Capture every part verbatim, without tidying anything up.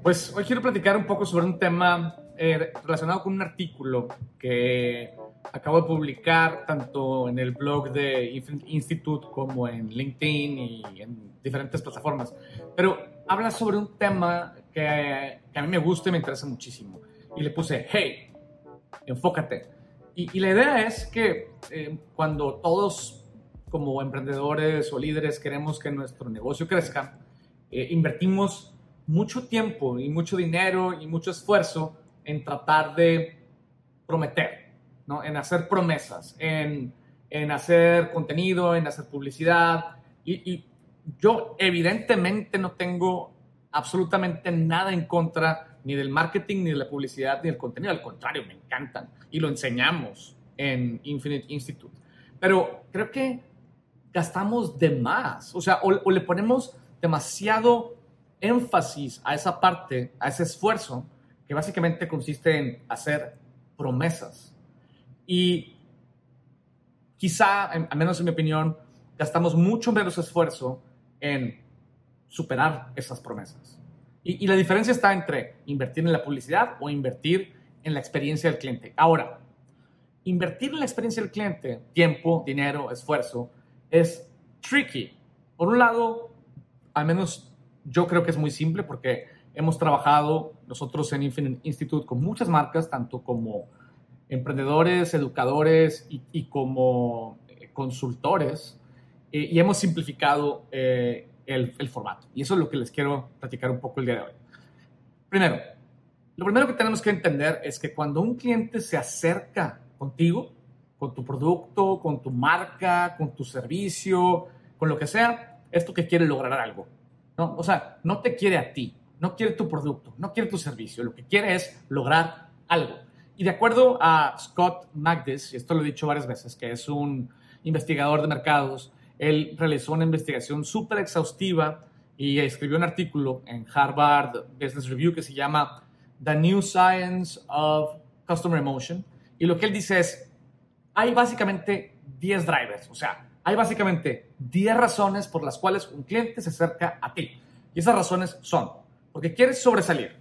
Pues hoy quiero platicar un poco sobre un tema eh, relacionado con un artículo que acabo de publicar tanto en el blog de Infinite Institute como en LinkedIn y en diferentes plataformas. Pero habla sobre un tema que, que a mí me gusta y me interesa muchísimo. Y le puse, hey, enfócate. Y, y la idea es que eh, cuando todos como emprendedores o líderes queremos que nuestro negocio crezca, eh, invertimos mucho tiempo y mucho dinero y mucho esfuerzo en tratar de prometer, ¿no? En hacer promesas, en, en hacer contenido, en hacer publicidad. Y, y yo evidentemente no tengo absolutamente nada en contra ni del marketing, ni de la publicidad, ni del contenido. Al contrario, me encantan y lo enseñamos en Infinite Institute. Pero creo que gastamos de más, o sea, o, o le ponemos demasiado énfasis a esa parte, a ese esfuerzo, que básicamente consiste en hacer promesas. Y quizá, al menos en mi opinión, gastamos mucho menos esfuerzo en superar esas promesas. Y, y la diferencia está entre invertir en la publicidad o invertir en la experiencia del cliente. Ahora, invertir en la experiencia del cliente, tiempo, dinero, esfuerzo, es tricky. Por un lado, al menos yo creo que es muy simple porque hemos trabajado nosotros en Infinite Institute con muchas marcas, tanto como emprendedores, educadores y, y como eh, consultores, eh, y hemos simplificado eh, el, el formato. Y eso es lo que les quiero platicar un poco el día de hoy. Primero, lo primero que tenemos que entender es que cuando un cliente se acerca contigo, con tu producto, con tu marca, con tu servicio, con lo que sea, es porque quiere lograr algo. ¿No? O sea, no te quiere a ti, no quiere tu producto, no quiere tu servicio, lo que quiere es lograr algo. Y de acuerdo a Scott Magdis, y esto lo he dicho varias veces, que es un investigador de mercados, él realizó una investigación súper exhaustiva y escribió un artículo en Harvard Business Review que se llama The New Science of Customer Emotion. Y lo que él dice es, hay básicamente diez drivers, o sea, hay básicamente diez razones por las cuales un cliente se acerca a ti. Y esas razones son porque quiere sobresalir,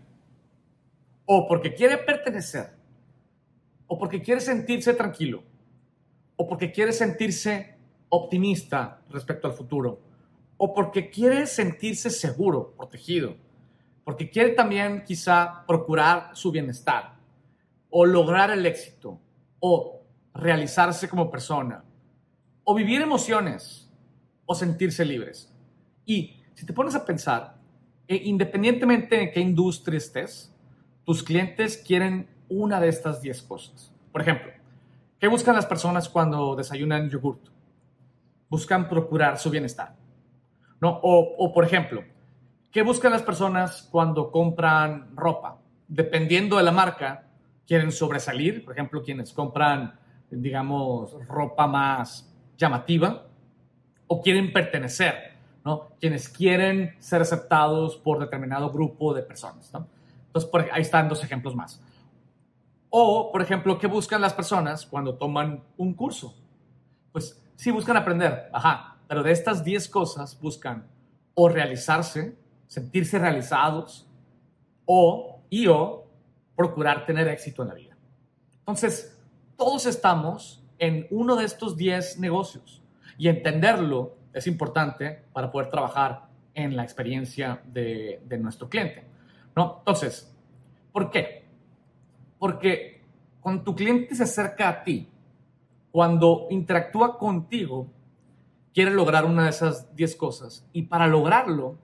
o porque quiere pertenecer, o porque quiere sentirse tranquilo, o porque quiere sentirse optimista respecto al futuro, o porque quiere sentirse seguro, protegido, porque quiere también quizá procurar su bienestar, o lograr el éxito, o realizarse como persona, o vivir emociones, o sentirse libres. Y si te pones a pensar, eh, independientemente de qué industria estés, tus clientes quieren una de estas diez cosas. Por ejemplo, ¿qué buscan las personas cuando desayunan yogurt? Buscan procurar su bienestar, ¿no? O, o, por ejemplo, ¿qué buscan las personas cuando compran ropa? Dependiendo de la marca, quieren sobresalir. Por ejemplo, quienes compran, digamos, ropa más llamativa, o quieren pertenecer, ¿no? Quienes quieren ser aceptados por determinado grupo de personas, ¿no? Entonces, por, ahí están dos ejemplos más. O, por ejemplo, ¿qué buscan las personas cuando toman un curso? Pues sí, buscan aprender, ajá, pero de estas diez cosas buscan o realizarse, sentirse realizados, o, y o, procurar tener éxito en la vida. Entonces, todos estamos en uno de estos diez negocios y entenderlo es importante para poder trabajar en la experiencia de, de nuestro cliente, ¿no? Entonces, ¿por qué? Porque cuando tu cliente se acerca a ti, cuando interactúa contigo, quiere lograr una de esas diez cosas y para lograrlo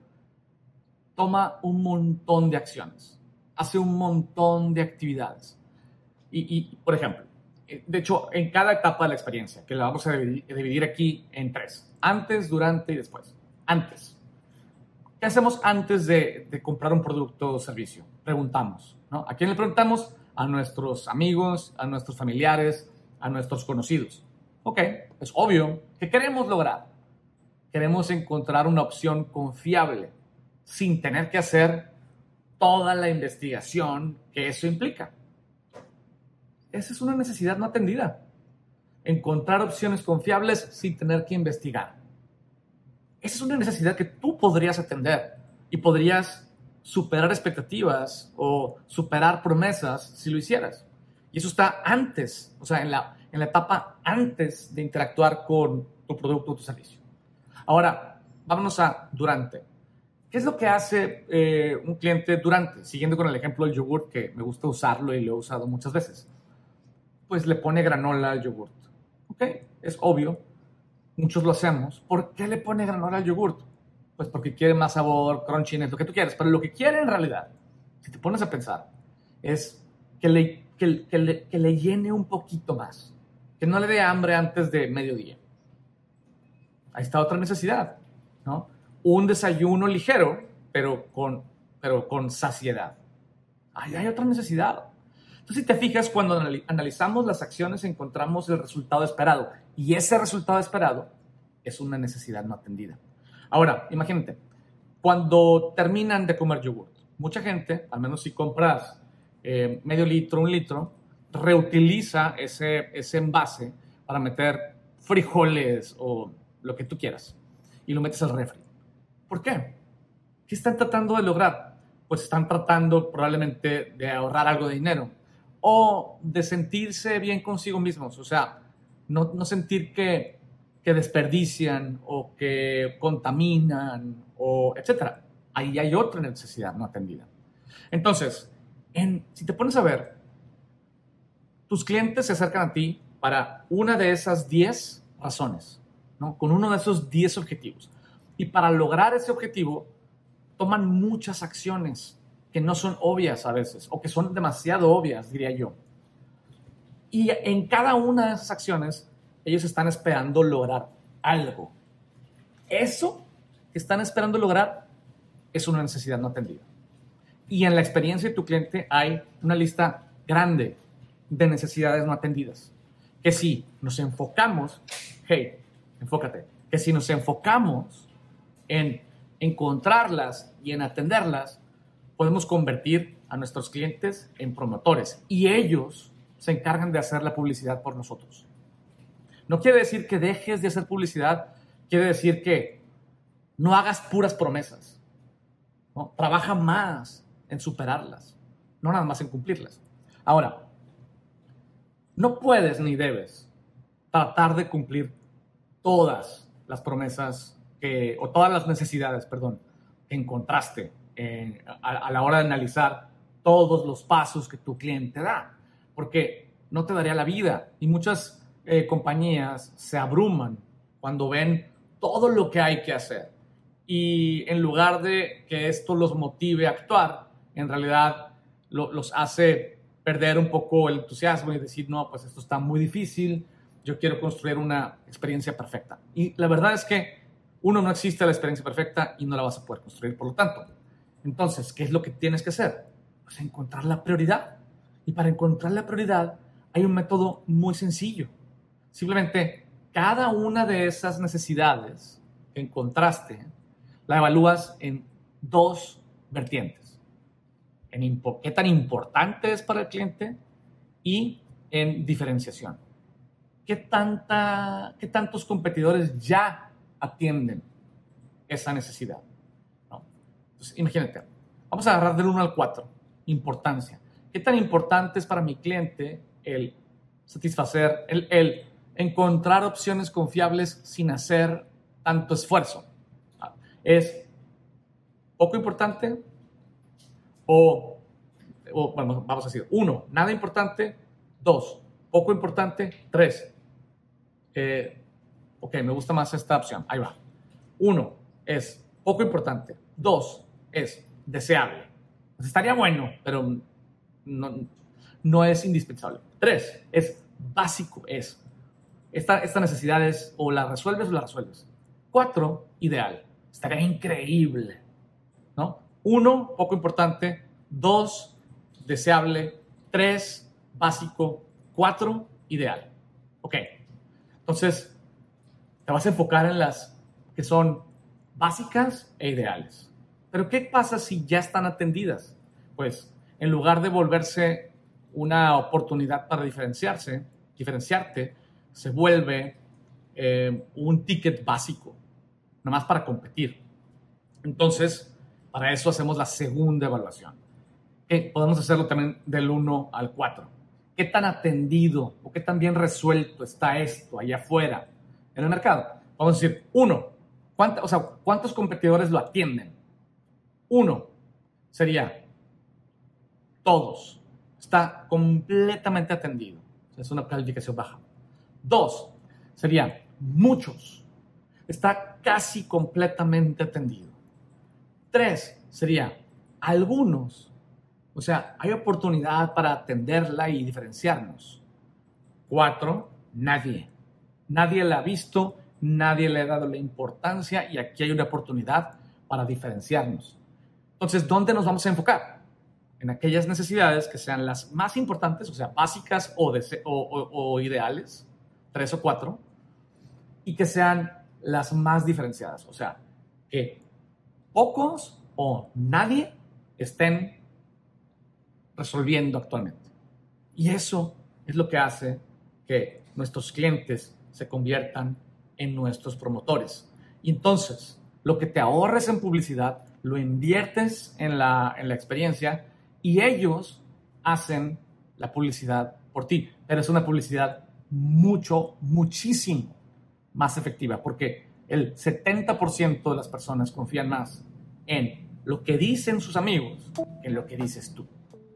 toma un montón de acciones, hace un montón de actividades. Y, y por ejemplo, de hecho, en cada etapa de la experiencia, que la vamos a dividir aquí en tres, antes, durante y después. Antes. ¿Qué hacemos antes de, de comprar un producto o servicio? Preguntamos, ¿no? ¿A quién le preguntamos? A nuestros amigos, a nuestros familiares, a nuestros conocidos. Ok, es obvio que queremos lograr. Queremos encontrar una opción confiable sin tener que hacer toda la investigación que eso implica. Esa es una necesidad no atendida. Encontrar opciones confiables sin tener que investigar. Esa es una necesidad que tú podrías atender y podrías superar expectativas o superar promesas si lo hicieras. Y eso está antes, o sea, en la, en la etapa antes de interactuar con tu producto o tu servicio. Ahora, vámonos a durante. ¿Qué es lo que hace eh, un cliente durante? Siguiendo con el ejemplo del yogurt, que me gusta usarlo y lo he usado muchas veces. Pues le pone granola al yogurt. ¿Ok? Es obvio. Muchos lo hacemos. ¿Por qué le pone granola al yogurt? Pues porque quiere más sabor, crunchiness, lo que tú quieres. Pero lo que quiere en realidad, si te pones a pensar, es que le, que, que le, que le llene un poquito más. Que no le dé hambre antes de mediodía. Ahí está otra necesidad, ¿no? Un desayuno ligero, pero con, pero con saciedad. Ahí hay otra necesidad. Entonces, si te fijas, cuando analizamos las acciones, encontramos el resultado esperado. Y ese resultado esperado es una necesidad no atendida. Ahora, imagínate, cuando terminan de comer yogurt, mucha gente, al menos si compras eh, medio litro, un litro, reutiliza ese, ese envase para meter frijoles o lo que tú quieras y lo metes al refri. ¿Por qué? ¿Qué están tratando de lograr? Pues están tratando probablemente de ahorrar algo de dinero o de sentirse bien consigo mismos, o sea, no, no sentir que, que desperdician o que contaminan o etcétera. Ahí hay otra necesidad no atendida. Entonces, en, si te pones a ver, tus clientes se acercan a ti para una de esas diez razones, ¿no? Con uno de esos diez objetivos. Y para lograr ese objetivo, toman muchas acciones que no son obvias a veces, o que son demasiado obvias, diría yo. Y en cada una de esas acciones, ellos están esperando lograr algo. Eso que están esperando lograr es una necesidad no atendida. Y en la experiencia de tu cliente hay una lista grande de necesidades no atendidas. Que si nos enfocamos, hey, enfócate, que si nos enfocamos en encontrarlas y en atenderlas, podemos convertir a nuestros clientes en promotores y ellos se encargan de hacer la publicidad por nosotros. No quiere decir que dejes de hacer publicidad, quiere decir que no hagas puras promesas, ¿no? Trabaja más en superarlas, no nada más en cumplirlas. Ahora, no puedes ni debes tratar de cumplir todas las promesas que, o todas las necesidades, perdón, que encontraste eh, a, a la hora de analizar todos los pasos que tu cliente da, porque no te daría la vida y muchas eh, compañías se abruman cuando ven todo lo que hay que hacer y en lugar de que esto los motive a actuar, en realidad lo, los hace perder un poco el entusiasmo y decir, no, pues esto está muy difícil, yo quiero construir una experiencia perfecta. Y la verdad es que uno, no existe la experiencia perfecta y no la vas a poder construir, por lo tanto. Entonces, ¿qué es lo que tienes que hacer? Pues encontrar la prioridad. Y para encontrar la prioridad hay un método muy sencillo. Simplemente, cada una de esas necesidades que encontraste, la evalúas en dos vertientes. En impo- qué tan importante es para el cliente y en diferenciación. ¿Qué, tanta, qué tantos competidores ya atienden esa necesidad? ¿No? Entonces, imagínate, vamos a agarrar del uno al cuatro. Importancia. ¿Qué tan importante es para mi cliente el satisfacer, el, el encontrar opciones confiables sin hacer tanto esfuerzo? ¿Es poco importante? O, o bueno, vamos a decir, uno, nada importante. Dos, poco importante. Tres, eh, ok, me gusta más esta opción. Ahí va. Uno es poco importante. Dos es deseable. Pues estaría bueno, pero no, no es indispensable. Tres es básico. Es esta, esta necesidad es o la resuelves o la resuelves. Cuatro, ideal. Estaría increíble, ¿no? Uno, poco importante. Dos, deseable. Tres, básico. Cuatro, ideal. Ok. Entonces, te vas a enfocar en las que son básicas e ideales. Pero ¿qué pasa si ya están atendidas? Pues, en lugar de volverse una oportunidad para diferenciarse, diferenciarte, se vuelve eh, un ticket básico, nomás para competir. Entonces, Para eso hacemos la segunda evaluación. Eh, podemos hacerlo también del uno al cuatro. ¿Qué tan atendido o qué tan bien resuelto está esto allá afuera en el mercado? Vamos a decir, uno, ¿cuánta, o sea, ¿cuántos competidores lo atienden? Uno sería todos. Está completamente atendido. O sea, es una calificación baja. Dos sería muchos. Está casi completamente atendido. Tres sería algunos. O sea, hay oportunidad para atenderla y diferenciarnos. Cuatro, nadie. Nadie la ha visto, nadie le ha dado la importancia y aquí hay una oportunidad para diferenciarnos. Entonces, ¿dónde nos vamos a enfocar? En aquellas necesidades que sean las más importantes, o sea, básicas o, de, o, o, o ideales, tres o cuatro, y que sean las más diferenciadas. O sea, que pocos o nadie estén resolviendo actualmente. Y eso es lo que hace que nuestros clientes se conviertan en nuestros promotores. Y entonces, lo que te ahorres en publicidad, lo inviertes en la, en la experiencia y ellos hacen la publicidad por ti. Pero es una publicidad mucho, muchísimo más efectiva porque el setenta por ciento de las personas confían más en lo que dicen sus amigos que en lo que dices tú.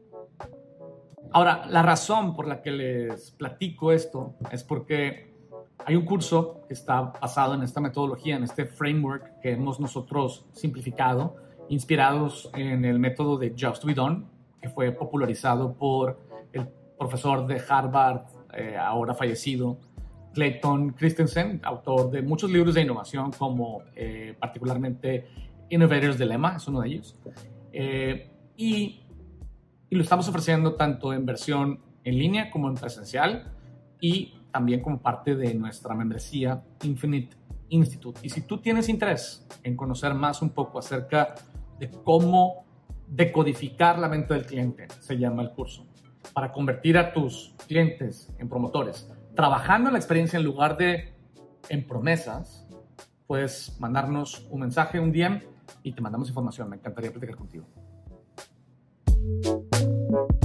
Ahora, la razón por la que les platico esto es porque hay un curso que está basado en esta metodología, en este framework que hemos nosotros simplificado, inspirados en el método de Just to Be Done, que fue popularizado por el profesor de Harvard, eh, ahora fallecido, Clayton Christensen, autor de muchos libros de innovación, como eh, particularmente Innovator's Dilemma, es uno de ellos. Eh, y Y lo estamos ofreciendo tanto en versión en línea como en presencial y también como parte de nuestra membresía Infinite Institute. Y si tú tienes interés en conocer más un poco acerca de cómo decodificar la mente del cliente, se llama el curso, para convertir a tus clientes en promotores, trabajando en la experiencia en lugar de en promesas, puedes mandarnos un mensaje, un D M y te mandamos información. Me encantaría platicar contigo. Thank you.